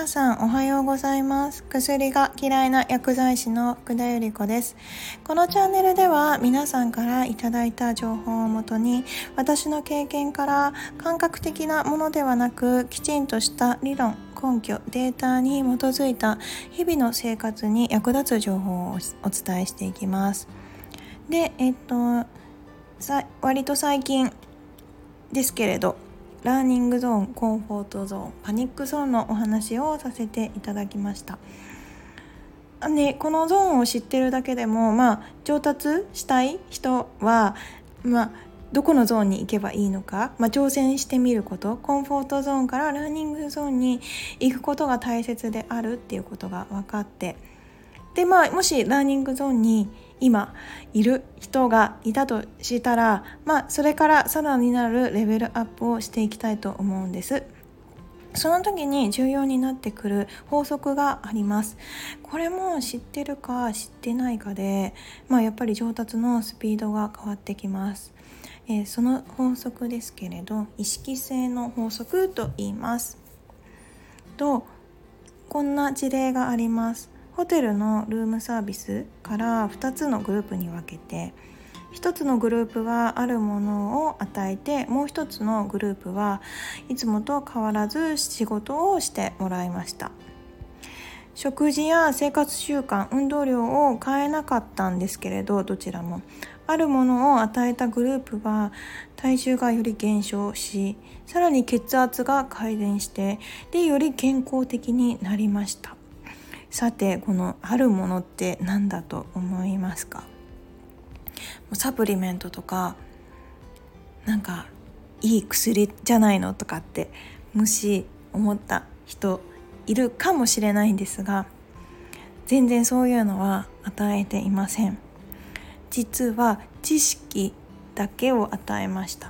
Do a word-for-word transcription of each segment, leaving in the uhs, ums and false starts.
皆さんおはようございます。薬が嫌いな薬剤師の福田由里子です。このチャンネルでは皆さんからいただいた情報をもとに、私の経験から感覚的なものではなく、きちんとした理論、根拠、データに基づいた日々の生活に役立つ情報をお伝えしていきます。で、えっとさ割と最近ですけれど、ラーニングゾーン、コンフォートゾーン、パニックゾーンのお話をさせていただきました。で、このゾーンを知ってるだけでも、まあ、上達したい人は、まあ、どこのゾーンに行けばいいのか、まあ、挑戦してみること、コンフォートゾーンからラーニングゾーンに行くことが大切であるっていうことが分かって、で、まあ、もしラーニングゾーンに今いる人がいたとしたら、まあ、それからさらになるレベルアップをしていきたいと思うんです。その時に重要になってくる法則があります。これも知ってるか知ってないかで、まあ、やっぱり上達のスピードが変わってきます。えー、その法則ですけれど、意識性の法則と言います。と、こんな事例があります。ホテルのルームサービスからふたつのグループに分けて、ひとつのグループはあるものを与えて、もうひとつのグループはいつもと変わらず仕事をしてもらいました。食事や生活習慣、運動量を変えなかったんですけれど、どちらもあるものを与えたグループは体重がより減少し、さらに血圧が改善して、でより健康的になりました。さて、このあるものって何だと思いますか？サプリメントとか、なんかいい薬じゃないのとかってもし思った人いるかもしれないんですが、全然そういうのは与えていません。実は知識だけを与えました。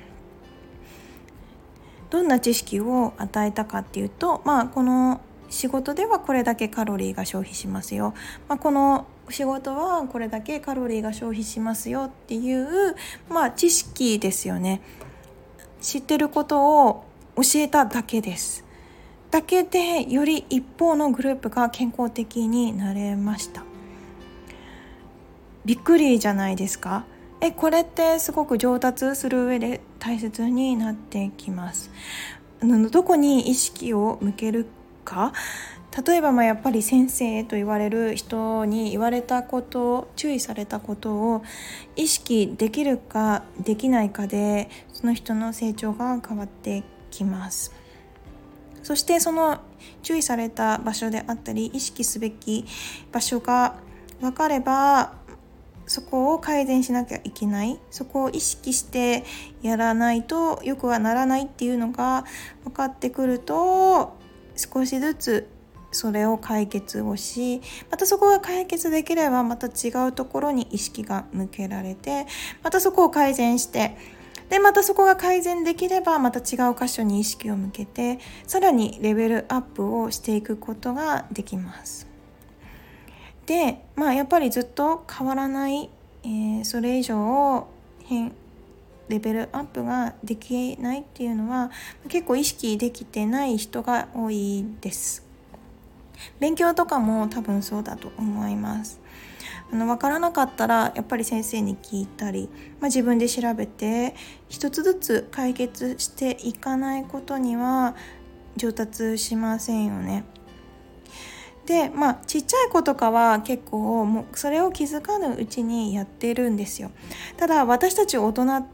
どんな知識を与えたかっていうと、まあこの仕事ではこれだけカロリーが消費しますよ、まあ、この仕事はこれだけカロリーが消費しますよっていう、まあ、知識ですよね。知ってることを教えただけですだけで、より一方のグループが健康的になれました。びっくりじゃないですか？えこれってすごく上達する上で大切になってきます。どこに意識を向けるか、例えばまあやっぱり先生と言われる人に言われたこと、注意されたことを意識できるかできないかで、その人の成長が変わってきます。そしてその注意された場所であったり、意識すべき場所が分かれば、そこを改善しなきゃいけない、そこを意識してやらないとよくはならないっていうのが分かってくると、少しずつそれを解決をし、またそこが解決できればまた違うところに意識が向けられて、またそこを改善して、でまたそこが改善できればまた違う箇所に意識を向けて、さらにレベルアップをしていくことができます。で、まあやっぱりずっと変わらない、えー、それ以上変レベルアップができないっていうのは、結構意識できてない人が多いです。勉強とかも多分そうだと思います。あの分からなかったらやっぱり先生に聞いたり、まあ、自分で調べて一つずつ解決していかないことには上達しませんよね。で、まあちっちゃい子とかは結構もうそれを気づかぬうちにやってるんですよ。ただ私たち大人って、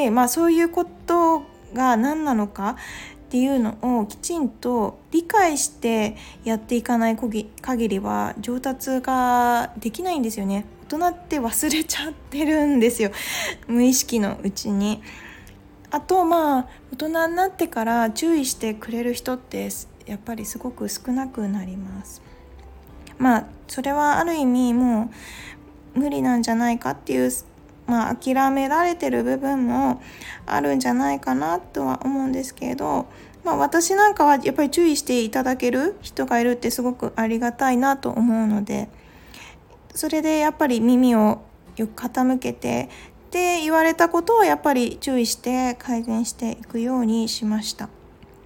まあ、そういうことが何なのかっていうのをきちんと理解してやっていかない限りは上達ができないんですよね。大人って忘れちゃってるんですよ、無意識のうちに。あと、まあ大人になってから注意してくれる人ってやっぱりすごく少なくなります。まあそれはある意味もう無理なんじゃないかっていう、まあ諦められてる部分もあるんじゃないかなとは思うんですけど、まあ私なんかはやっぱり注意していただける人がいるってすごくありがたいなと思うので、それでやっぱり耳をよく傾けて、で言われたことをやっぱり注意して改善していくようにしました。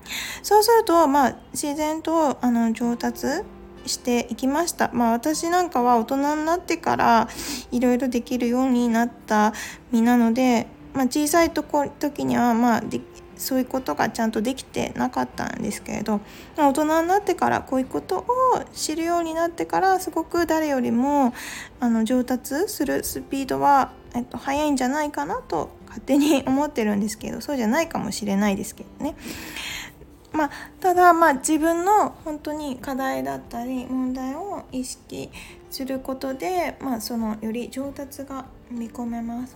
そうすると、まあ、自然とあの上達していきました。まあ、私なんかは大人になってからいろいろできるようになった身なので、まあ、小さいとこ時には、まあ、でそういうことがちゃんとできてなかったんですけれど、まあ、大人になってからこういうことを知るようになってからすごく誰よりもあの上達するスピードは、えっと、速いんじゃないかなと勝手に思ってるんですけど、そうじゃないかもしれないですけどね。まあ、ただ、まあ、自分の本当に課題だったり問題を意識することで、まあ、そのより上達が見込めます。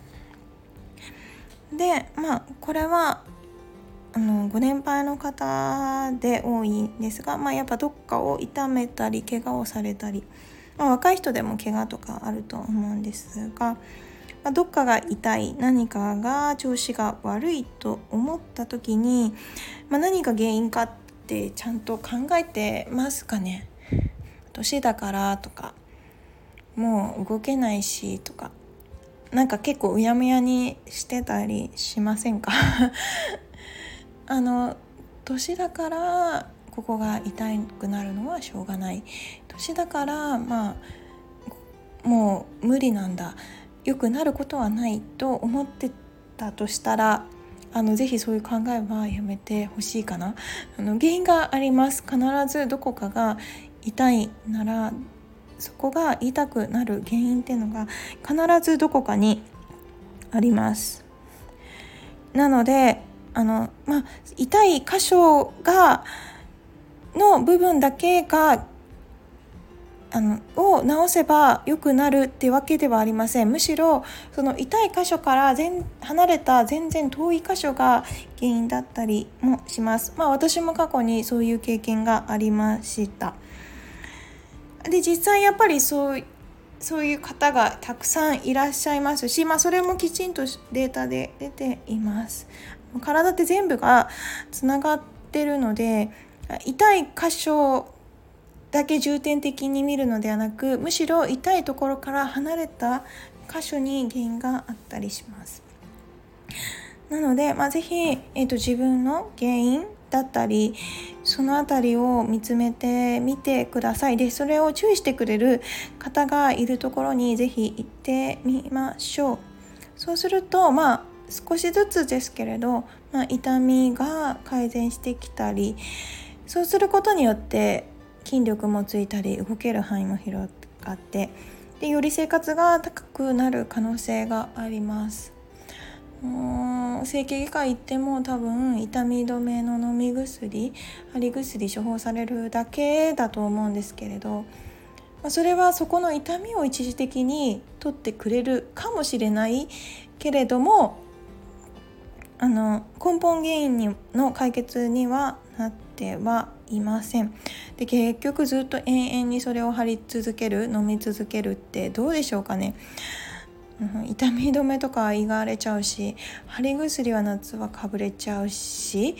で、まあ、これはあのご年配の方で多いんですが、まあ、やっぱどっかを痛めたり怪我をされたり、まあ、若い人でも怪我とかあると思うんですが、まあ、どっかが痛い、何かが調子が悪いと思った時に、まあ、何が原因かってちゃんと考えてますかね。年だからとか、もう動けないしとか、なんか結構うやむやにしてたりしませんかあの年だからここが痛くなるのはしょうがない、年だからまあもう無理なんだ、良くなることはないと思ってたとしたら、あのぜひそういう考えはやめてほしいかな。あの原因があります。必ずどこかが痛いなら、そこが痛くなる原因っていうのが必ずどこかにあります。なのであの、まあ、痛い箇所がの部分だけがあのを治せば良くなるってわけではありません。むしろその痛い箇所から全離れた全然遠い箇所が原因だったりもします。まあ、私も過去にそういう経験がありました。で、実際やっぱりそうそういう方がたくさんいらっしゃいますし、まあ、それもきちんとデータで出ています。体って全部がつながってるので、痛い箇所だけ重点的に見るのではなく、むしろ痛いところから離れた箇所に原因があったりします。なので、まあ、ぜひ、えーと、自分の原因だったりそのあたりを見つめてみてください。で、それを注意してくれる方がいるところにぜひ行ってみましょう。そうすると、まあ少しずつですけれど、まあ、痛みが改善してきたり、そうすることによって筋力もついたり動ける範囲も広がって、でより生活が高くなる可能性があります。もう整形外科行っても多分痛み止めの飲み薬、貼り薬処方されるだけだと思うんですけれど、それはそこの痛みを一時的に取ってくれるかもしれないけれども、あの根本原因にの解決にはなってはいません。で、結局ずっと延々にそれを貼り続ける、飲み続けるってどうでしょうかね。うん、痛み止めとかは胃が荒れちゃうし、貼り薬は夏はかぶれちゃうし、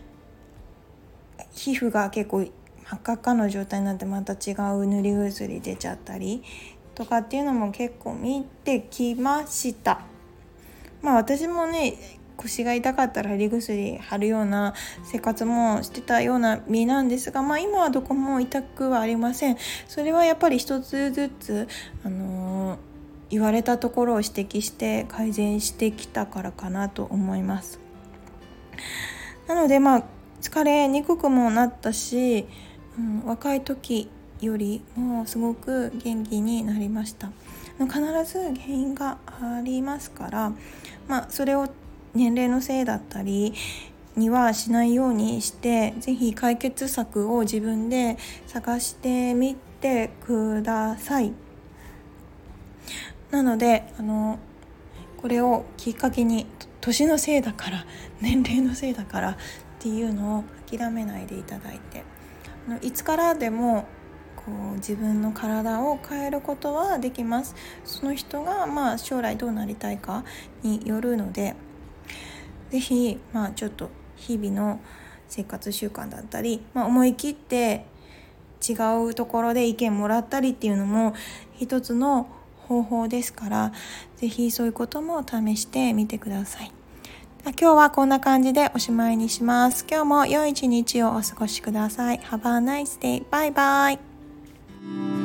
皮膚が結構真っ赤っかの状態になってまた違う塗り薬出ちゃったりとかっていうのも結構見てきました。まあ私もね、腰が痛かったら貼り薬貼るような生活もしてたような身なんですが、まあ今はどこも痛くはありません。それはやっぱり一つずつ、あのー、言われたところを指摘して改善してきたからかなと思います。なので、まあ疲れにくくもなったし、うん、若い時よりもすごく元気になりました。必ず原因がありますから、まあ、それを年齢のせいだったりにはしないようにして、ぜひ解決策を自分で探してみてください。なので、あのこれをきっかけに年のせいだから年齢のせいだからっていうのを諦めないでいただいて、あのいつからでもこう自分の体を変えることはできます。その人がまあ将来どうなりたいかによるので、ぜひまあちょっと日々の生活習慣だったり、まあ、思い切って違うところで意見もらったりっていうのも一つの方法ですから、ぜひそういうことも試してみてください。 今日はこんな感じでおしまいにします。今日も良い一日をお過ごしください。Have a nice day. バイバイ。